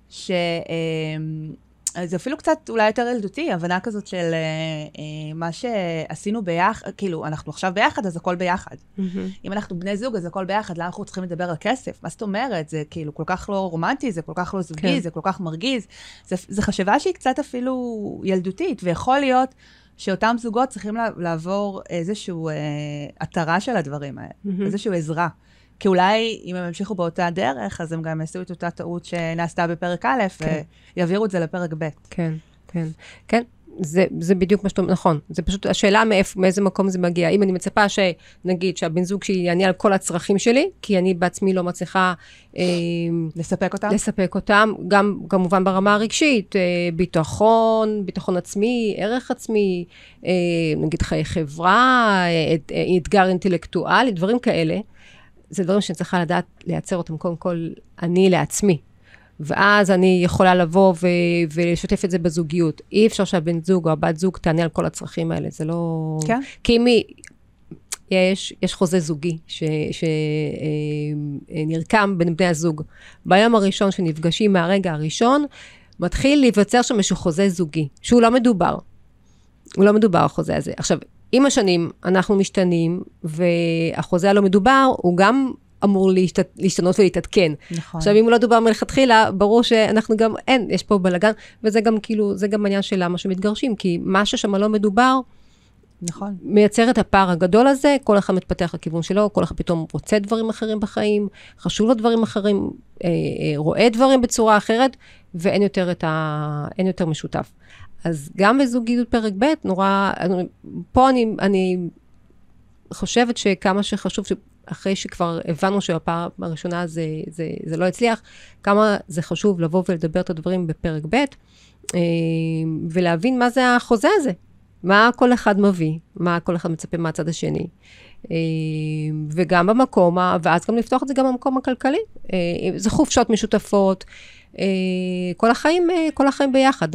זה אפילו קצת אולי יותר ילדותי, הבנה כזאת של מה שעשינו ביחד, כאילו, אנחנו עכשיו ביחד, אז הכל ביחד. אם אנחנו בני זוג, אז הכל ביחד, למה אנחנו צריכים לדבר על כסף? מה זאת אומרת? זה כאילו כל כך לא רומנטי, זה כל כך לא זוגי, זה כל כך מרגיז. זה חשבה שהיא קצת אפילו ילדותית, ויכול להיות שאותם זוגות צריכים לעבור איזשהו התרה של הדברים האלה, איזשהו עזרה. כי אולי אם הם המשיכו באותה דרך, אז הם גם יעשו את אותה טעות שנעשתה בפרק א', ויעבירו את זה לפרק ב'. כן, כן, כן. זה בדיוק מה שאתה אומר, נכון. זה פשוט השאלה מאיזה מקום זה מגיע. אם אני מצפה שנגיד שהבן זוג שלי יענה על כל הצרכים שלי, כי אני בעצמי לא מצליחה לספק אותם, גם כמובן ברמה הרגשית, ביטחון עצמי, ערך עצמי, נגיד חיי חברה, אתגר אינטלקטואלי, דברים כאלה. זה דברים שאני צריכה לדעת לייצר אותם קודם כל אני לעצמי. ואז אני יכולה לבוא ולשתף את זה בזוגיות. אי אפשר שהבן זוג או הבת זוג תענה על כל הצרכים האלה. זה לא... כן. כי יש חוזה זוגי שנרקם בין בני הזוג. ביום הראשון שנפגשים מהרגע הראשון, מתחיל להיווצר שם איזשהו חוזה זוגי, שהוא לא מדובר. הוא לא מדובר החוזה הזה. עכשיו, עם השנים אנחנו משתנים, והחוזה הלא מדובר, הוא גם אמור להשתנות ולהתעדכן. נכון. עכשיו, אם הוא לא דובר מלכתחילה, ברור שאנחנו גם, אין, יש פה בלגן, וזה גם כאילו, זה גם עניין של למה שמתגרשים, כי מה ששם לא מדובר, נכון. מייצר את הפער הגדול הזה, כל אחד מתפתח לכיוון שלו, כל אחד פתאום רוצה דברים אחרים בחיים, חשוב לו דברים אחרים, רואה דברים בצורה אחרת, ואין יותר משותף. אז גם בזוגיות פרק ב' נורא, פה אני חושבת שכמה שחשוב, אחרי שכבר הבנו שהפעם הראשונה זה לא הצליח, כמה זה חשוב לבוא ולדבר את הדברים בפרק ב', ולהבין מה זה החוזה הזה, מה כל אחד מביא, מה כל אחד מצפה מהצד השני, וגם במקום, ואז גם לפתוח את זה גם במקום הכלכלי, זה חופשות משותפות, כל החיים ביחד,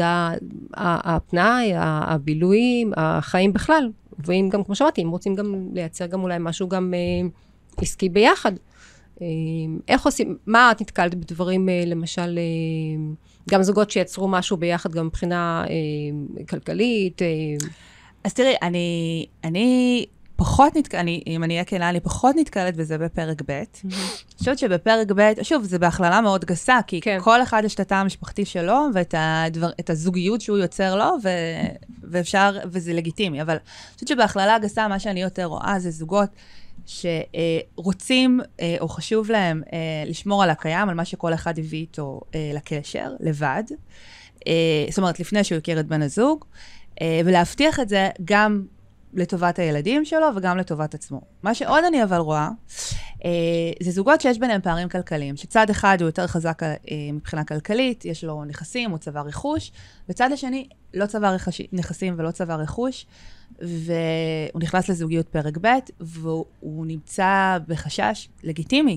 הפנאי, הבילויים, החיים בכלל, ואם גם, כמו שמעתי, אם רוצים גם לייצר גם אולי משהו גם עסקי ביחד. איך עושים, מה את נתקלת בדברים, למשל, גם זוגות שיצרו משהו ביחד, גם מבחינה כלכלית? אז תראי, אני פחות אם אני אהיה כנה, אני פחות נתקלת בזה בפרק ב'. אני חושבת שבפרק ב', שוב, זה בהכללה מאוד גסה, כי כל אחד יש את התא המשפחתי שלו, ואת הזוגיות שהוא יוצר לו, ואפשר, וזה לגיטימי. אבל אני חושבת שבהכללה הגסה, מה שאני יותר רואה, זה זוגות שרוצים, או חשוב להם, לשמור על הקיים, על מה שכל אחד הביא איתו לקשר, לבד. זאת אומרת, לפני שהוא הכיר את בן הזוג, ולהבטיח את זה גם לטובת הילדים שלו וגם לטובת עצמו. מה שעוד אני אבל רואה, זה זוגות שיש ביניהם פערים כלכליים, שצד אחד הוא יותר חזק מבחינה כלכלית, יש לו נכסים, הוא צבא רכוש, וצד השני לא צבא נכסים ולא צבא רכוש, והוא נכנס לזוגיות פרק ב' והוא נמצא בחשש לגיטימי.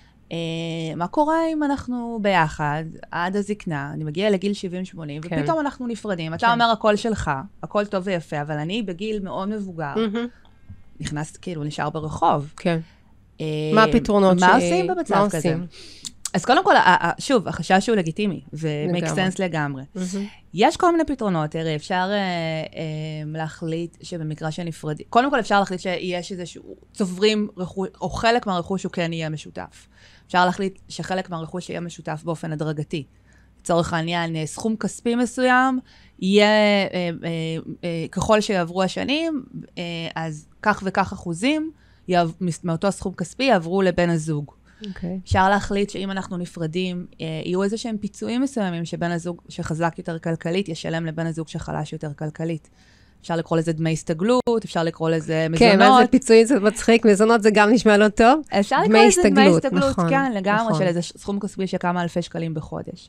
מה קורה אם אנחנו ביחד, עד הזקנה, אני מגיעה לגיל 70-80, ופתאום אנחנו נפרדים. אתה אומר, הכל שלך, הכל טוב ויפה, אבל אני בגיל מאוד מבוגר, נכנס, כאילו, נשאר ברחוב. כן. מה הפתרונות? מה עושים במצב כזה? אז קודם כל, שוב, החשש הוא לגיטימי, ו-make sense לגמרי. יש כל מיני פתרונות, תראי, אפשר להחליט שבמקרה שנפרדים, קודם כל אפשר להחליט שיש איזשהו צוברים רכוש, או חלק מהרכוש הוא כן יהיה משותף. אפשר להחליט שחלק מהרכוש יהיה משותף באופן הדרגתי. לצורך העניין, סכום כספי מסוים, יהיה, ככל שיעברו השנים, אז כך וכך אחוזים, מאותו סכום כספי יעברו לבן הזוג. אפשר להחליט שאם אנחנו נפרדים, יהיו איזה שהם פיצויים מסוימים שבן הזוג שחזק יותר כלכלית, ישלם לבן הזוג שחלש יותר כלכלית. אפשר לקרוא לזה דמי הסתגלות, אפשר לקרוא לזה מזונות. כן, מה זה פיצויים, זה מצחיק, מזונות זה גם נשמע לא טוב. אפשר לקרוא לזה דמי הסתגלות, כן, לגמרי, של איזה סכום כספי של כמה אלפי שקלים בחודש.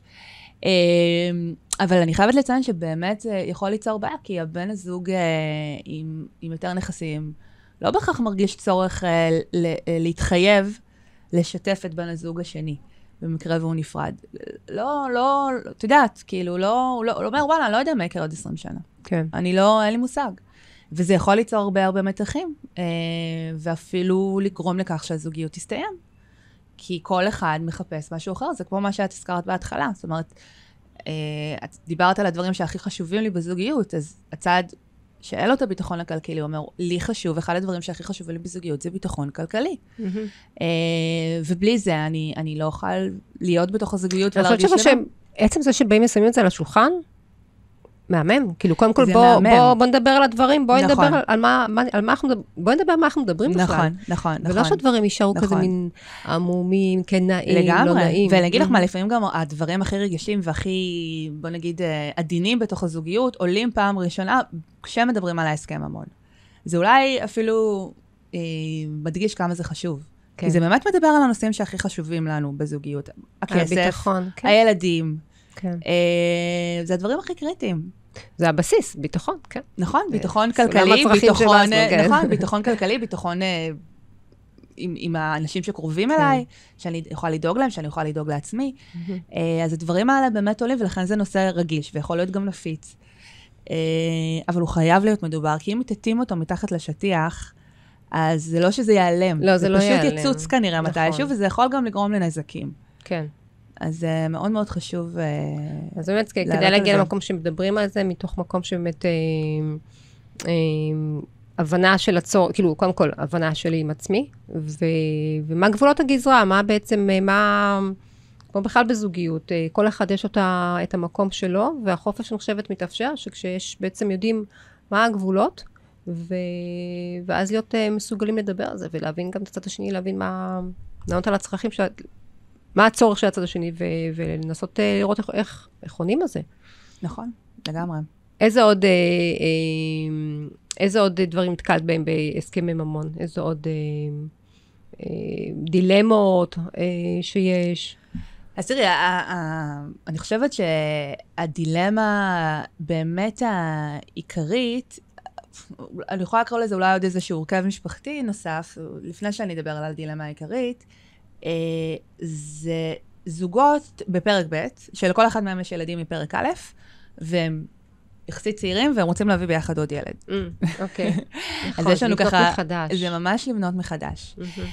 אבל אני חייבת לציין שבאמת זה יכול ליצור בעיה, כי הבן הזוג עם יותר נכסים, לא בהכרח מרגיש צורך להתחייב, לשתף את בן הזוג השני, במקרה והוא נפרד. לא, את יודעת, כאילו, לא אומר, וואלה, אני לא יודע מה יקרה עוד 20 שנה. כן. אין לי מושג. וזה יכול ליצור הרבה מתחים, ואפילו לגרום לכך שהזוגיות תסתיים. כי כל אחד מחפש משהו אחר, זה כמו מה שאת הזכרת בהתחלה. זאת אומרת, את דיברת על הדברים שהכי חשובים לי בזוגיות, אז הצד שאין לו את הביטחון הכלכלי, הוא אומר, לי חשוב, אחד הדברים שהכי חשובים לי בזוגיות זה ביטחון כלכלי. ובלי זה, אני לא אוכל להיות בתוך הזוגיות ולהרגיש לבד. עצם זה שבאים מסיימים את זה על השולחן, מהמם. כאילו, קודם כל, בוא נדבר על הדברים, בואי נדבר על מה אנחנו מדברים בכלל. נכון. ולא שהדברים יישארו כזה מין עמומים, כן נעים, לא נעים. ואני אגיד לך מה, לפעמים גם הדברים הכי רגישים והכי, בוא נגיד, עדינים בתוך הזוגיות, עולים פעם ראשונה, כשמדברים על ההסכם המון. זה אולי אפילו מדגיש כמה זה חשוב. כי זה באמת מדבר על הנושאים שהכי חשובים לנו בזוגיות. הכסף, הילדים. זה הדברים הכי קריטיים. זה הבסיס, ביטחון, כן. נכון, ביטחון כלכלי, ביטחון כלכלי, ביטחון עם האנשים שקרובים אליי, שאני יכולה לדאוג להם, שאני יכולה לדאוג לעצמי. אז הדברים האלה באמת עולים, ולכן זה נושא רגיש, ויכול להיות גם נפיץ. אבל הוא חייב להיות מדובר, כי אם מתתים אותו מתחת לשטיח, אז זה לא שזה ייעלם. לא, זה לא ייעלם. זה פשוט יצוץ כנראה מתישהו, וזה יכול גם לגרום לנזקים. כן. אז זה מאוד מאוד חשוב. אז באמת, כדאי להגיע למקום שמדברים על זה, מתוך מקום שבאמת הבנה של הצורך, כאילו, קודם כל, הבנה שלי עם עצמי, ומה גבולות הגזרה, מה בעצם, כמו בכלל בזוגיות, כל אחד יש את המקום שלו, והחופש אני חושבת מתאפשר, שכשיש בעצם יודעים מה הגבולות, ואז להיות מסוגלים לדבר על זה, ולהבין גם את הצד השני, להבין לענות על הצרכים, מה הצורך של הצד השני, ולנסות לראות איך עונים על זה. נכון, לגמרי. איזה עוד דברים התקלת בהם בהסכמי ממון? איזה עוד דילמות שיש? אז תראי, אני חושבת שהדילמה באמת העיקרית, אני יכולה לקרוא לזה אולי עוד איזשהו הרכב משפחתי נוסף, לפני שאני אדבר על הדילמה העיקרית, זה זוגות בפרק ב', שלכל אחד מהם יש ילדים מפרק א', והם יחסית צעירים, והם רוצים להביא ביחד עוד ילד. אוקיי. אז יש לנו ככה, זה ממש לבנות מחדש.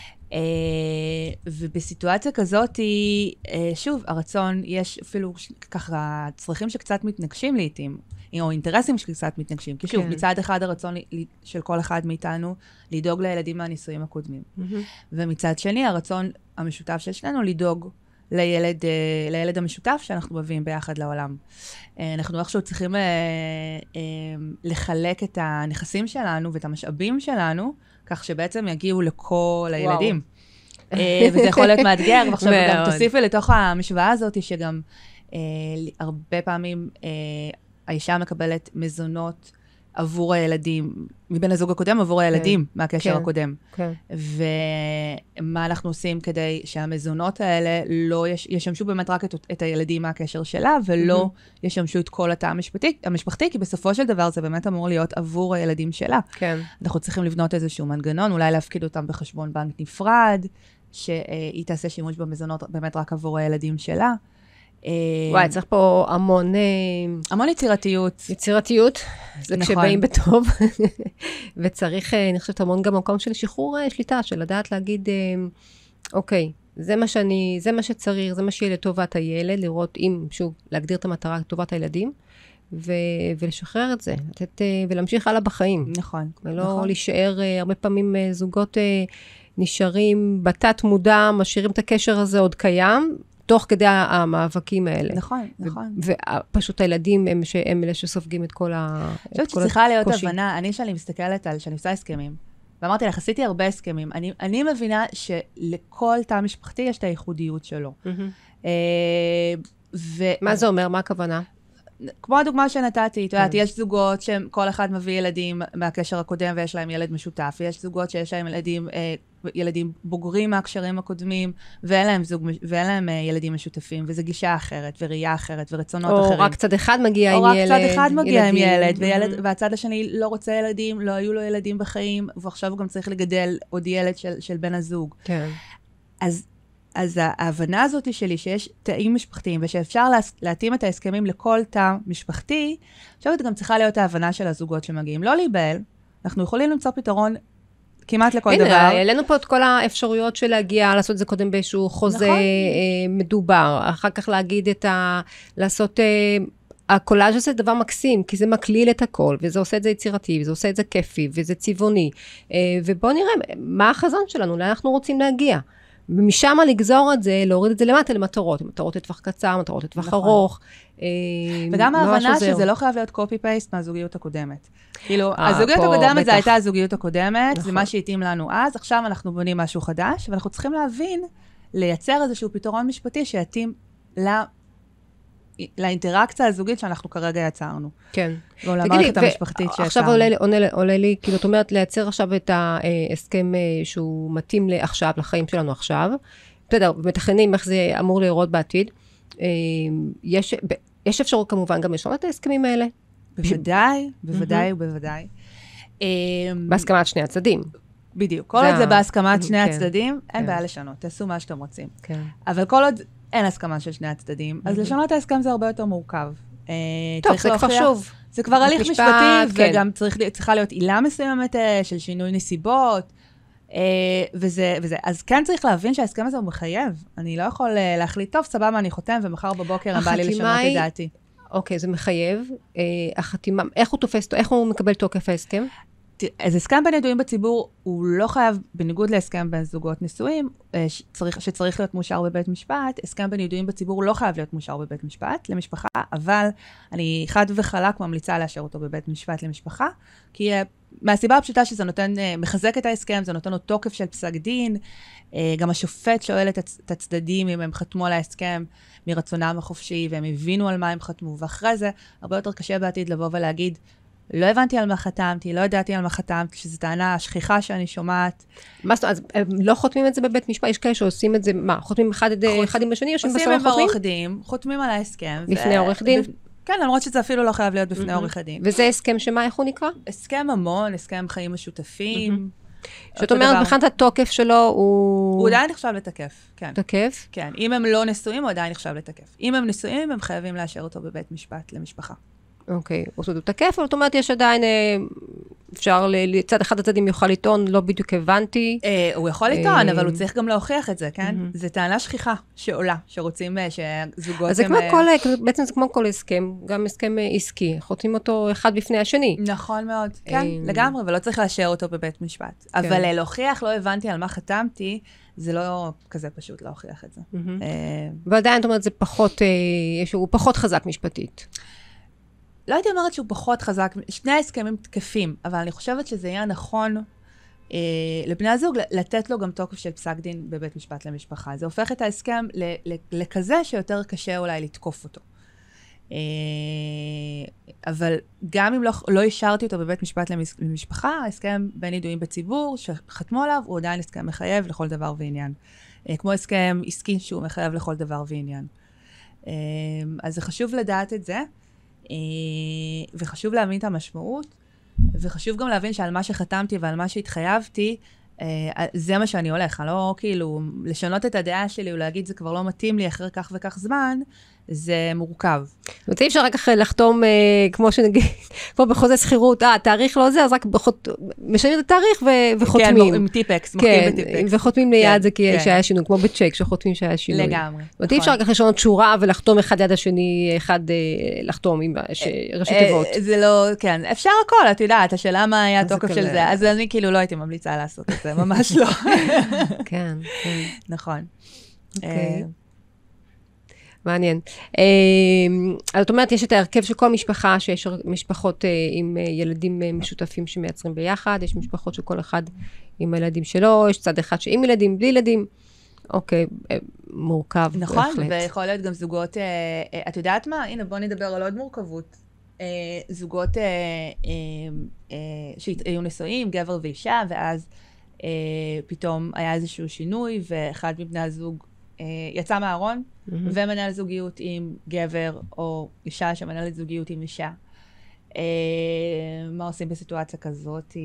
ובסיטואציה כזאת, שוב, הרצון, יש אפילו ככה צרכים שקצת מתנגשים לעתים, או אינטרסים שקצת מתנגשים. כי שוב, מצד אחד הרצון של כל אחד מאיתנו, לדאוג לילדים מהנישואים הקודמים. ומצד שני, הרצון המשותף של שלנו, לדאוג לילד המשותף שאנחנו מביאים ביחד לעולם. אנחנו איכשהו צריכים לחלק את הנכסים שלנו ואת המשאבים שלנו, כך שבעצם יגיעו לכל הילדים. וזה יכול להיות מאתגר, ועכשיו גם תוסיפי לתוך המשוואה הזאת, שגם הרבה פעמים האישה מקבלת מזונות עבור הילדים, מבין הזוג הקודם עבור הילדים מהקשר הקודם. ומה אנחנו עושים כדי שהמזונות האלה לא ישמשו באמת רק את הילדים מהקשר שלה, ולא ישמשו את כל התא המשפחתי, כי בסופו של דבר זה באמת אמור להיות עבור הילדים שלה. אנחנו צריכים לבנות איזשהו מנגנון, אולי להפקיד אותם בחשבון בנק נפרד, שהיא תעשה שימוש במזונות באמת רק עבור הילדים שלה. וואי, צריך פה המון יצירתיות. יצירתיות, זה כשבאים בטוב. וצריך, אני חושבת, המון גם מקום של שחרור שליטה, של לדעת להגיד, אוקיי, זה מה שצריך, זה מה שיהיה לטובת הילד, לראות אם, שוב, להגדיר את המטרה לטובת הילדים, ולשחרר את זה, ולהמשיך הלאה בחיים. נכון. ולא להישאר, הרבה פעמים זוגות נשארים בתת מודע, משאירים את הקשר הזה עוד קיים, תוך כדי המאבקים האלה. נכון, נכון. ופשוט הילדים הם אלה שסופגים את כל הקושי. אני חושבת שצריכה להיות הבנה, שאני מסתכלת על, שאני עושה הסכמים, ואמרתי לך, עשיתי הרבה הסכמים, אני מבינה שלכל תא משפחתי יש את הייחודיות שלו. מה זה אומר? מה הכוונה? כמו הדוגמה שנתתי, את יודעת, יש זוגות שכל אחד מביא ילדים מהקשר הקודם ויש להם ילד משותף, ויש זוגות שיש להם ילדים בוגרים מהקשרים הקודמים, ואין להם ילדים משותפים, וזו גישה אחרת, וראייה אחרת, ורצונות אחרים. או רק צד אחד מגיע עם ילד. או רק צד אחד מגיע עם ילד, והצד השני לא רוצה ילדים, לא היו לו ילדים בחיים, ועכשיו הוא גם צריך לגדל עוד ילד של בן הזוג. כן. אז ההבנה הזאת שלי שיש תאים משפחתיים, ושאפשר להתאים את ההסכמים לכל תא משפחתי, עכשיו גם צריכה להיות ההבנה של הזוגות שמגיעים. לא להיבהל, אנחנו יכולים למצוא פתרון כמעט לכל דבר. הנה, העלינו פה את כל האפשרויות של להגיע, לעשות את זה קודם באיזשהו חוזה מדובר, אחר כך להגיד לעשות, הקולאז' הזה דבר מקסים, כי זה מקליל את הכל, וזה עושה את זה יצירתי, וזה עושה את זה כיפי, וזה צבעוני, ובואו נראה מה החזון שלנו, לאן אנחנו רוצים להגיע. ומשם לגזור את זה, להוריד את זה למטה למטרות, מטרות לטווח קצר, מטרות לטווח ארוך. וגם ההבנה שזה לא חייב להיות קופי-פייסט מהזוגיות הקודמת. כאילו, הזוגיות הקודמת זה הייתה הזוגיות הקודמת, זה מה שהתאים לנו אז, עכשיו אנחנו בונים משהו חדש, ואנחנו צריכים להבין, לייצר איזשהו פתרון משפטי שיתאים לאינטראקציה הזוגית שאנחנו כרגע יצרנו. כן. או למערכת המשפחתית שיצרנו. עכשיו עולה לי, כאילו, את אומרת, לייצר עכשיו את ההסכם שהוא מתאים לעכשיו, לחיים שלנו עכשיו. בסדר, מתכננים איך זה אמור להיראות בעתיד. יש אפשרות כמובן גם לשנות את ההסכמים האלה. בוודאי, בוודאי ובוודאי. בהסכמת שני הצדדים. בדיוק. כל עוד זה בהסכמת שני הצדדים, אין בעיה לשנות. תעשו מה שאתם רוצים. אבל כל עוד אין הסכמה של שני הצדדים, אז לשנות ההסכם זה הרבה יותר מורכב. טוב, זה כבר שוב. זה כבר הליך משפטי, וגם צריכה להיות עילה מסוימת של שינוי נסיבות, וזה. אז כן צריך להבין שההסכם הזה הוא מחייב. אני לא יכול להחליט, טוב, סבבה, אני חותם, ומחר בבוקר בא לי לשנות את דעתי. אוקיי, זה מחייב. החתימה, איך הוא תופס, איך הוא מקבל תוקף ההסכם? אז הסכם בין ידועים בציבור, הוא לא חייב, בניגוד להסכם בין זוגות נשואים, שצריך להיות מאושר בבית משפט, הסכם בין ידועים בציבור לא חייב להיות מאושר בבית משפט למשפחה, אבל אני חד וחלק ממליצה לאשר אותו בבית משפט למשפחה, כי מהסיבה הפשוטה שזה נותן, מחזק את ההסכם, זה נותן לו תוקף של פסק דין, גם השופט שואל את הצדדים אם הם חתמו על ההסכם מרצונם החופשי, והם הבינו על מה הם חתמו, ואחרי זה הרבה יותר קשה בעתיד לבוא ולהגיד, לא הבנתי על מה חתמתי, לא ידעתי על מה חתמתי, שזו טענה שכיחה שאני שומעת. מה זאת אומרת, אז הם לא חותמים את זה בבית משפט? יש כאלה שעושים את זה, מה, חותמים אחד עם השני, או שהם בסוף חותמים? עושים עם עורך דין, חותמים על ההסכם. בפני עורך דין? כן, למרות שזה אפילו לא חייב להיות בפני עורך הדין. וזה הסכם שמה, איך הוא נקרא? הסכם המון, הסכם חיים משותפים. זאת אומרת, מבחינת התוקף שלו הוא עדיין נחשב לתקף, כן. תקף? כן, אם הם לא נשואים, הוא עדיין נחשב לתקף. אם הם נשואים, הם חייבים לאשר אותו בבית משפט למשפחה. אוקיי, הוא תקף, אבל זאת אומרת, יש עדיין, אפשר, לצד אחד הצדדים יוכל לטעון, לא בדיוק הבנתי. הוא יכול לטעון, אבל הוא צריך גם להוכיח את זה, כן? זו טענה שכיחה שעולה, שרוצים שזוגות... אז זה כמו כל, בעצם זה כמו כל הסכם, גם הסכם עסקי, חותמים אותו אחד בפני השני. נכון מאוד, כן, לגמרי, ולא צריך לאשר אותו בבית משפט. אבל להוכיח, לא הבנתי על מה חתמתי, זה לא כזה פשוט להוכיח את זה. ועדיין, זאת אומרת, זה פחות, הוא פחות חזק משפטית. לא הייתי אומרת שהוא פחות חזק, שני ההסכמים תקפים, אבל אני חושבת שזה יהיה נכון לבני הזוג לתת לו גם תוקף של פסק דין בבית משפט למשפחה. זה הופך את ההסכם לכזה שיותר קשה אולי לתקוף אותו. אבל גם אם לא השארתי אותו בבית משפט למשפחה, ההסכם בין ידועים בציבור שחתמו עליו, הוא עדיין הסכם מחייב לכל דבר ועניין. כמו הסכם עסקי שהוא מחייב לכל דבר ועניין. אז זה חשוב לדעת את זה. וחשוב להבין את המשמעות, וחשוב גם להבין שעל מה שחתמתי ועל מה שהתחייבתי, זה מה שאני הולך, אני לא כאילו, לשנות את הדעה שלי ולהגיד זה כבר לא מתאים לי אחרי כך וכך זמן, זה מורכב. זאת אומרת, אי אפשר רק אחרי לחתום, כמו שנגיד, כמו בחוזה שכירות, תאריך לא זה, אז רק משנים את התאריך וחותמים. כן, עם טיפקס, מוחקים בטיפקס. וחותמים ליד זה כי שהיה שינוי, כמו בצ'ק שחותמים שהיה שינוי. לגמרי. זאת אומרת, אי אפשר רק לשנות שורה ולחתום אחד יד השני, אחד לחתום עם ראשי תיבות. זה לא, כן, אפשר הכל, את יודעת, השאלה מה היה התוקף של זה, אז אני כאילו לא הייתי ממליצה לעשות את זה, ממש לא. כן, כן. נכון. מעניין. זאת אומרת, יש את ההרכב של כל משפחה, שיש משפחות עם ילדים משותפים שמייצרים ביחד, יש משפחות שכל אחד עם הילדים שלו, יש צד אחד שעם ילדים, בלי ילדים. אוקיי, מורכב. נכון, ויכול להיות גם זוגות, את יודעת מה? הנה, בוא נדבר על עוד מורכבות. זוגות שהיו נשואים, גבר ואישה, ואז פתאום היה איזשהו שינוי, ואחד מבני הזוג יצא מהארון, ומנהל זוגיות עם גבר, או אישה שמנהלת זוגיות עם אישה. מה עושים בסיטואציה כזאת?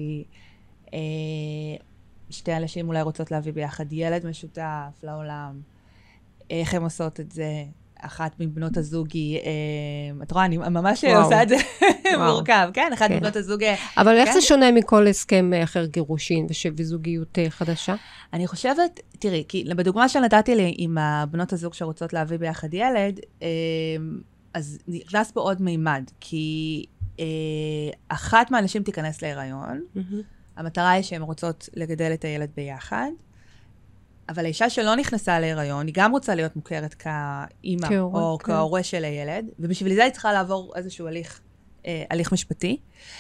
שתי אנשים אולי רוצות להביא ביחד ילד משותף לעולם. איך הן עושות את זה? אחת מבנות הזוג היא, את רואה, אני ממש עושה את זה מורכב, כן? אחת מבנות הזוג... אבל איך זה שונה מכל הסכם אחר גירושין וזוגיות חדשה? אני חושבת, תראי, כי בדוגמה שנתתי לי עם הבנות הזוג שרוצות להביא ביחד ילד, אז נכנס פה עוד מימד, כי אחת מהאנשים תיכנס להיריון, המטרה היא שהן רוצות לגדל את הילד ביחד, אבל האישה שלא נכנסה להיריון, היא גם רוצה להיות מוכרת כאימא או כהורה של הילד, ובשביל זה היא צריכה לעבור איזשהו הליך משפטי.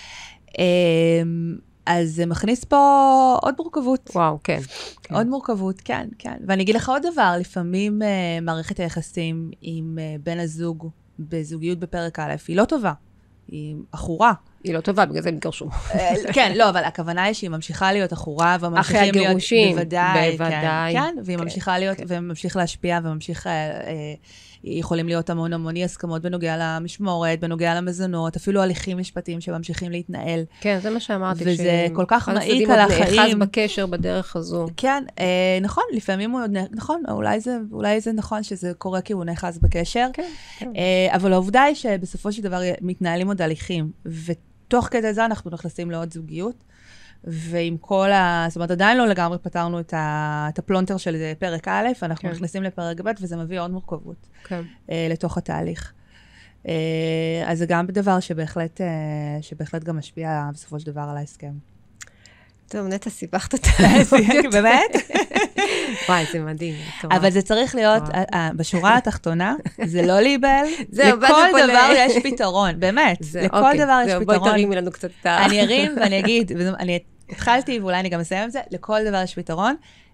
אז זה מכניס פה עוד מורכבות. וואו, כן. עוד מורכבות, כן, כן. ואני אגיד לך עוד דבר, לפעמים מערכת היחסים עם בן הזוג בזוגיות בפרק א', היא לא טובה. היא אחורה. היא לא טובה, בגלל זה הם התגרשו. כן, לא, אבל הכוונה היא שהיא ממשיכה להיות אחורה, אחרי הגירושים, בוודאי, כן, והיא ממשיכה להיות, וממשיך להשפיע, וממשיך, יכולים להיות המון אי הסכמות בנוגע למשמורת, בנוגע למזונות, אפילו הליכים משפטיים שממשיכים להתנהל. כן, זה מה שאמרתי. וזה כל כך מעיק על החיים. נאחז בקשר בדרך הזו. כן, נכון, לפעמים הוא, נכון, אולי זה נכון שזה קורה כי הוא נאחז בקשר, אבל העובדה היא שבסופו של דבר מתנהלים עוד הליכים, ותוך כדי זה אנחנו נכנסים לעוד זוגיות, ועם כל זאת אומרת, עדיין לא לגמרי פתרנו את הפלונטר של פרק א', אנחנו נכנסים לפרק ב', וזה מביא עוד מורכבות לתוך התהליך. אז זה גם דבר שבהחלט גם משפיע בסופו של דבר על ההסכם. טוב, נטע, סיבכת אותנו. באמת? וואי, זה מדהים. אבל זה צריך להיות, בשורה התחתונה, זה לא להיבל, לכל דבר יש פתרון, באמת, לכל דבר יש פתרון. בואי תרימי לנו קצת את ה... אני ארים ואני אגיד, אני התחלתי ואולי אני גם אסיים את זה, לכל דבר יש פתרון,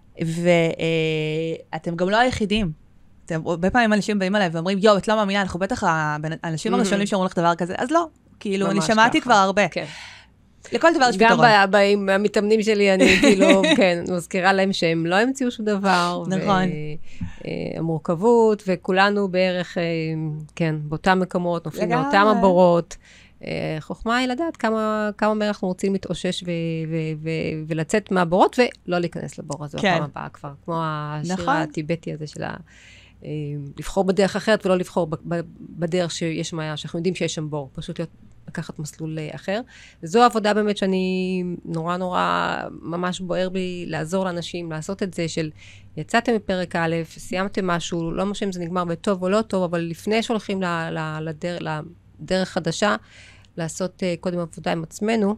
ואתם גם לא היחידים. הרבה פעמים אנשים באים אליי ואומרים, יו, את לא מאמינה, אנחנו בטח האנשים הראשונים שאומרים לך דבר כזה, אז לא, כאילו, אני שמעתי כבר הרבה. לכל דבר יש פתרון. גם במתאמנים שלי, אני כאילו, כן, מזכירה להם שהם לא המציאו שום דבר. נכון. המורכבות, וכולנו בערך, כן, באותם מקומות, נופלים באותם הבורות. חוכמה היא לדעת כמה מהר אנחנו רוצים להתאושש ולצאת מהבורות, ולא להיכנס לבור הזה בפעם הבאה כבר. כמו השיר הטיבטי הזה של לבחור בדרך אחרת, ולא לבחור בדרך שיש שם, שאנחנו יודעים שיש שם בור. פשוט לקחת מסלול אחר. וזו העבודה באמת שאני נורא ממש בוער בי לעזור לאנשים, לעשות את זה של יצאתם מפרק א', סיימתם משהו, לא משנה אם זה נגמר בטוב או לא טוב, אבל לפני שהולכים לדרך חדשה, לעשות קודם עבודה עם עצמנו,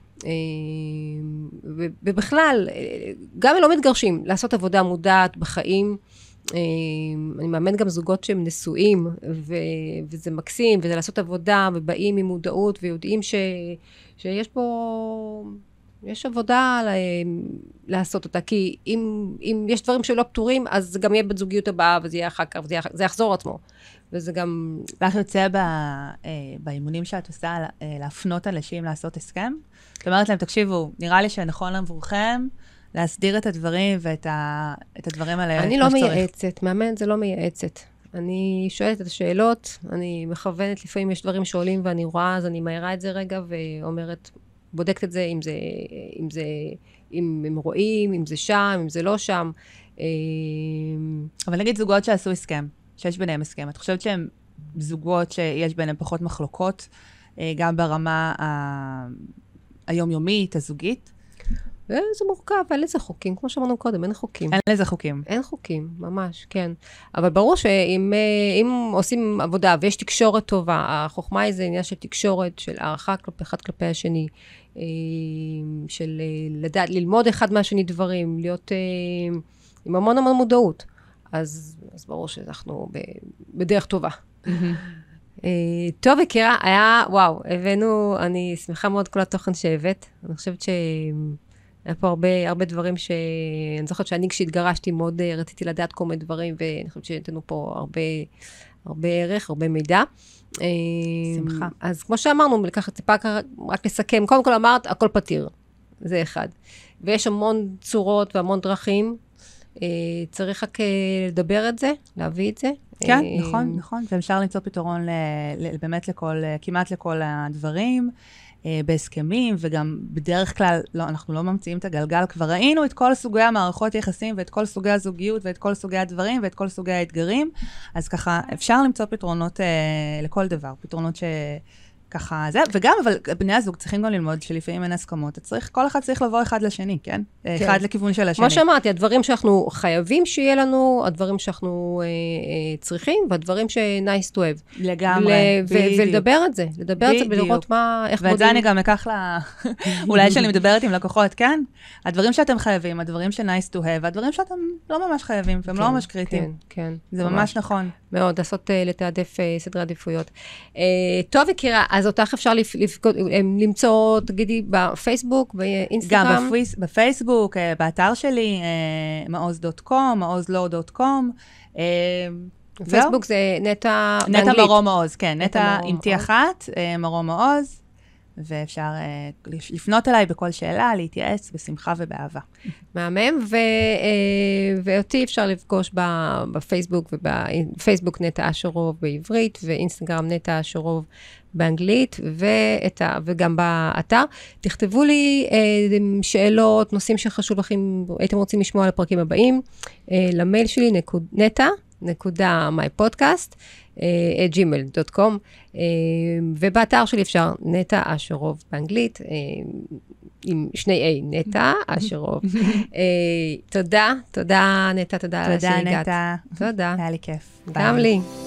ובכלל, גם אם לא מתגרשים, לעשות עבודה מודעת בחיים, אני מאמן גם זוגות שהם נשואים, וזה מקסים, וזה לעשות עבודה, ובאים עם מודעות, ויודעים שיש פה, יש עבודה לעשות אותה, כי אם יש דברים שלא פתורים, אז זה גם יהיה בזוגיות הבאה, וזה יהיה אחר כך, זה יחזור עצמו. וזה גם... ואיך יוצא באימונים שאת עושה, להפנות אנשים לעשות הסכם? זאת אומרת להם, תקשיבו, נראה לי שנכון עבורכם, להסדיר את הדברים ואת הדברים האלה. אני לא מייעצת, מאמנת זה לא מייעצת. אני שואלת את השאלות, אני מכוונת, לפעמים יש דברים שעולים ואני רואה, אז אני מהירה את זה רגע ואומרת, בודקת את זה, אם הם רואים, אם זה שם, אם זה לא שם. אבל נגיד זוגות שעשו הסכם, שיש ביניהם הסכם, את חושבת שהם זוגות שיש ביניהם פחות מחלוקות, גם ברמה היומיומית, הזוגית? זה מורכב, אין לזה חוקים, כמו שאמרנו קודם, אין חוקים. אין לזה חוקים. אין חוקים, ממש, כן. אבל ברור שאם עושים עבודה ויש תקשורת טובה, החוכמה היא זה עניין של תקשורת, של הערכה אחד כלפי השני, של לדעת, ללמוד אחד מהשני דברים, להיות עם המון מודעות. אז ברור שאנחנו בדרך טובה. טוב, יקירה, היה, וואו, הבאנו, אני שמחה מאוד כל התוכן שהבאת. אני חושבת היה פה הרבה דברים אני זוכרת שאני כשהתגרשתי מאוד רציתי לדעת כל מיני דברים, ואני חושבת שנתנו פה הרבה ערך, הרבה מידע. שמחה. אז כמו שאמרנו, לקחת טיפה רק לסכם, קודם כל אמרת, הכל פתיר. זה אחד. ויש המון צורות והמון דרכים. צריך רק לדבר את זה, להביא את זה. כן, נכון. ואפשר למצוא פתרון באמת כמעט לכל הדברים. בהסכמים, וגם בדרך כלל, אנחנו לא ממציאים את הגלגל, כבר ראינו את כל סוגי המערכות יחסים, ואת כל סוגי הזוגיות, ואת כל סוגי הדברים, ואת כל סוגי האתגרים, אז ככה, אפשר למצוא פתרונות לכל דבר, פתרונות ככה זה, וגם, אבל בני הזוג צריכים גם ללמוד שלפעמים אין הסכמות, כל אחד צריך לבוא אחד לשני, כן? אחד לכיוון של השני. כמו שאמרתי, הדברים שאנחנו חייבים שיהיה לנו, הדברים שאנחנו צריכים, והדברים ש-nice to have. לגמרי, בדיוק. ולדבר את זה, ולראות איך בודים. ואת זה אני גם אקח אולי שאני מדברת עם לקוחות, כן? הדברים שאתם חייבים, הדברים ש-nice to have, הדברים שאתם לא ממש חייבים, והם לא ממש קריטיים. כן. זה ממש נכון. מאוד, לעשות, לתעדף סדרי עדיפויות. טוב, יקירה, אז אותך אפשר למצוא, תגידי, בפייסבוק, באינסטגרם? גם בפייסבוק, באתר שלי, מעוז.com, מעוז.com. בפייסבוק זה נטע באנגלית. נטע מרום מעוז, כן, נטע עם T אחת, מרום מעוז, ואפשר לפנות אליי בכל שאלה, להתייעץ בשמחה ובאהבה. מהמם, ואותי אפשר לפגוש בפייסבוק, ובפייסבוק נטע אשרוב בעברית, ואינסטגרם נטע אשרוב באנגלית, וגם באתר. תכתבו לי שאלות, נושאים שחשוב לכם, הייתם רוצים לשמוע על הפרקים הבאים, למייל שלי neta.mypodcast@gmail.com, ובאתר שלי אפשר נטע אשרוב באנגלית, עם שני A, נטע אשרוב. תודה נטע, תודה שהגעת. תודה נטע. תודה. היה לי כיף. גם לי.